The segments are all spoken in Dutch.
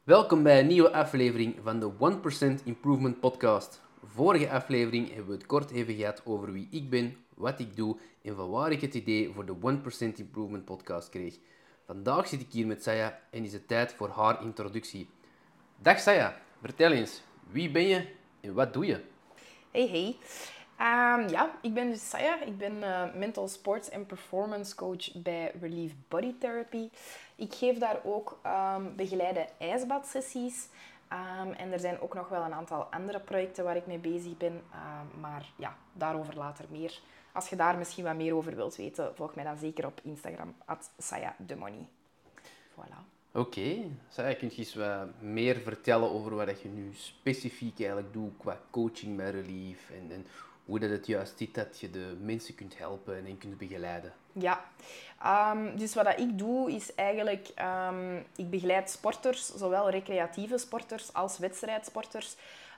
Welkom bij een nieuwe aflevering van de 1% Improvement Podcast. Vorige aflevering hebben we het kort even gehad over wie ik ben, wat ik doe en van waar ik het idee voor de 1% Improvement Podcast kreeg. Vandaag zit ik hier met Saya en is het tijd voor haar introductie. Dag Saya, vertel eens, wie ben je en wat doe je? Hey. Ik ben dus Saya. Ik ben mental sports en performance coach bij Relief Body Therapy. Ik geef daar ook begeleide ijsbadsessies. En er zijn ook nog wel een aantal andere projecten waar ik mee bezig ben. Maar ja, daarover later meer. Als je daar misschien wat meer over wilt weten, volg mij dan zeker op Instagram, @SayaDeMoney. Voilà. Oké, Saya, kun je eens wat meer vertellen over wat je nu specifiek eigenlijk doet qua coaching bij Relief en hoe dat het juist zit dat je de mensen kunt helpen en kunt begeleiden? Ja, dus wat dat ik doe is eigenlijk, ik begeleid sporters, zowel recreatieve sporters als wedstrijdsporters.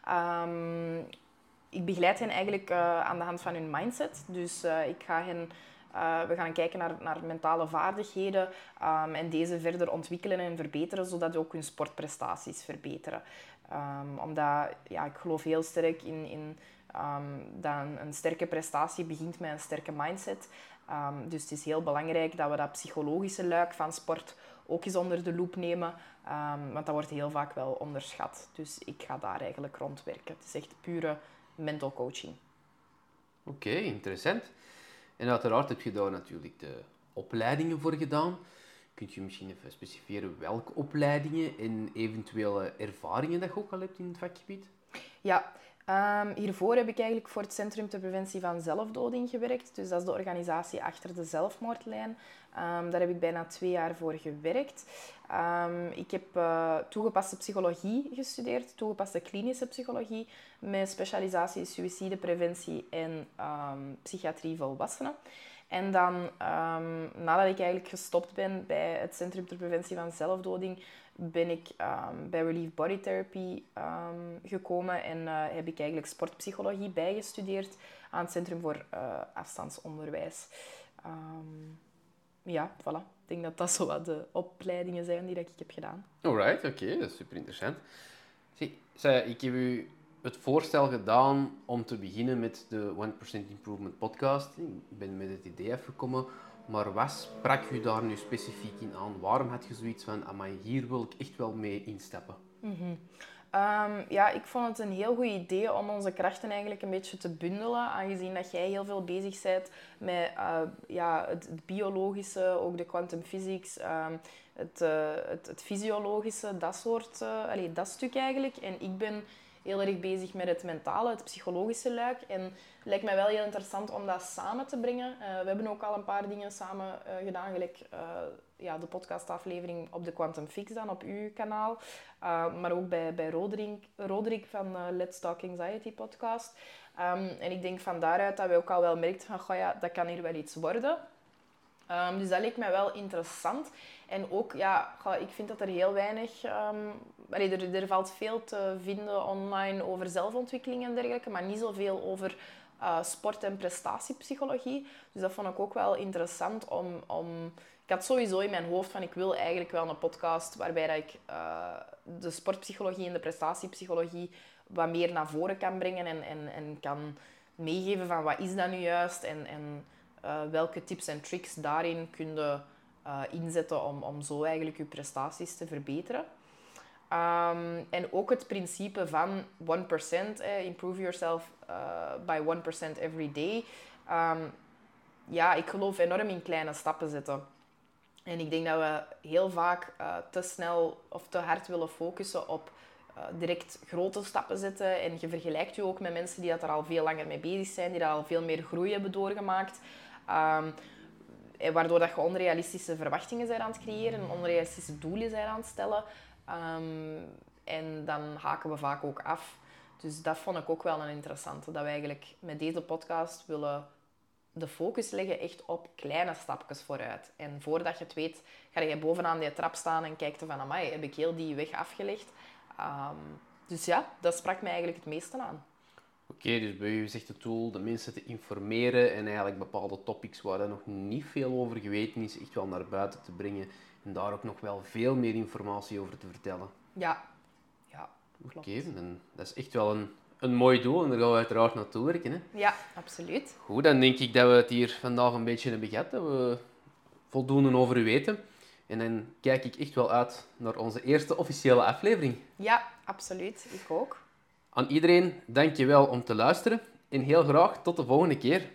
Ik begeleid hen eigenlijk aan de hand van hun mindset. Dus we gaan kijken naar mentale vaardigheden en deze verder ontwikkelen en verbeteren, zodat ook hun sportprestaties verbeteren. Omdat ik geloof heel sterk in dat een sterke prestatie begint met een sterke mindset. Dus het is heel belangrijk dat we dat psychologische luik van sport ook eens onder de loep nemen. Want dat wordt heel vaak wel onderschat. Dus ik ga daar eigenlijk rond werken. Het is echt pure mental coaching. Oké, interessant. En uiteraard heb je daar natuurlijk de opleidingen voor gedaan. Kun je misschien even specificeren welke opleidingen en eventuele ervaringen dat je ook al hebt in het vakgebied? Ja, hiervoor heb ik eigenlijk voor het Centrum ter Preventie van Zelfdoding gewerkt. Dus dat is de organisatie achter de zelfmoordlijn. Daar heb ik bijna 2 jaar voor gewerkt. Ik heb toegepaste psychologie gestudeerd, toegepaste klinische psychologie, met specialisatie in suïcidepreventie en psychiatrie volwassenen. En dan, nadat ik eigenlijk gestopt ben bij het Centrum ter Preventie van Zelfdoding, ben ik bij Relief Body Therapy gekomen en heb ik eigenlijk sportpsychologie bijgestudeerd aan het Centrum voor Afstandsonderwijs. Voilà. Ik denk dat dat zo wat de opleidingen zijn die dat ik heb gedaan. Alright, oké, dat is super interessant. Zie, ik heb u het voorstel gedaan om te beginnen met de 1% Improvement podcast. Ik ben met het idee afgekomen, maar wat sprak u daar nu specifiek in aan? Waarom had je zoiets van, amai, hier wil ik echt wel mee instappen? Ik vond het een heel goed idee om onze krachten eigenlijk een beetje te bundelen, aangezien dat jij heel veel bezig bent met het biologische, ook de quantum physics, het fysiologische, dat stuk eigenlijk. En ik ben heel erg bezig met het mentale, het psychologische luik. En het lijkt mij wel heel interessant om dat samen te brengen. We hebben ook al een paar dingen samen gedaan, gelijk de podcastaflevering op de Quantum Fix dan, op uw kanaal. Maar ook bij Roderick van Let's Talk Anxiety podcast. En ik denk van daaruit dat we ook al wel merkten van, dat kan hier wel iets worden. Dus dat leek mij wel interessant. En ook, ik vind dat er heel weinig... er valt veel te vinden online over zelfontwikkeling en dergelijke, maar niet zoveel over sport- en prestatiepsychologie. Dus dat vond ik ook wel interessant om... Ik had sowieso in mijn hoofd van, ik wil eigenlijk wel een podcast waarbij dat ik de sportpsychologie en de prestatiepsychologie wat meer naar voren kan brengen en kan meegeven van wat is dat nu juist en welke tips en tricks daarin kun je inzetten om zo eigenlijk je prestaties te verbeteren. En ook het principe van 1%, improve yourself by 1% every day. Ik geloof enorm in kleine stappen zetten. En ik denk dat we heel vaak te snel of te hard willen focussen op direct grote stappen zetten. En je vergelijkt je ook met mensen die dat er al veel langer mee bezig zijn, die dat al veel meer groei hebben doorgemaakt. Waardoor dat je onrealistische verwachtingen bent aan het creëren, onrealistische doelen bent aan het stellen. En dan haken we vaak ook af. Dus dat vond ik ook wel een interessante. Dat we eigenlijk met deze podcast willen de focus leggen echt op kleine stapjes vooruit. En voordat je het weet, ga je bovenaan die trap staan en kijkt van, amai, heb ik heel die weg afgelegd? Dus ja, dat sprak mij eigenlijk het meeste aan. Oké, dus bij u zegt het doel de mensen te informeren en eigenlijk bepaalde topics waar er nog niet veel over geweten is, echt wel naar buiten te brengen en daar ook nog wel veel meer informatie over te vertellen. Ja, klopt. Oké, en dat is echt wel een mooi doel en daar gaan we uiteraard naartoe werken. Hè. Ja, absoluut. Goed, dan denk ik dat we het hier vandaag een beetje hebben gehad, dat we voldoende over u weten. En dan kijk ik echt wel uit naar onze eerste officiële aflevering. Ja, absoluut. Ik ook. Aan iedereen, dank je wel om te luisteren en heel graag tot de volgende keer.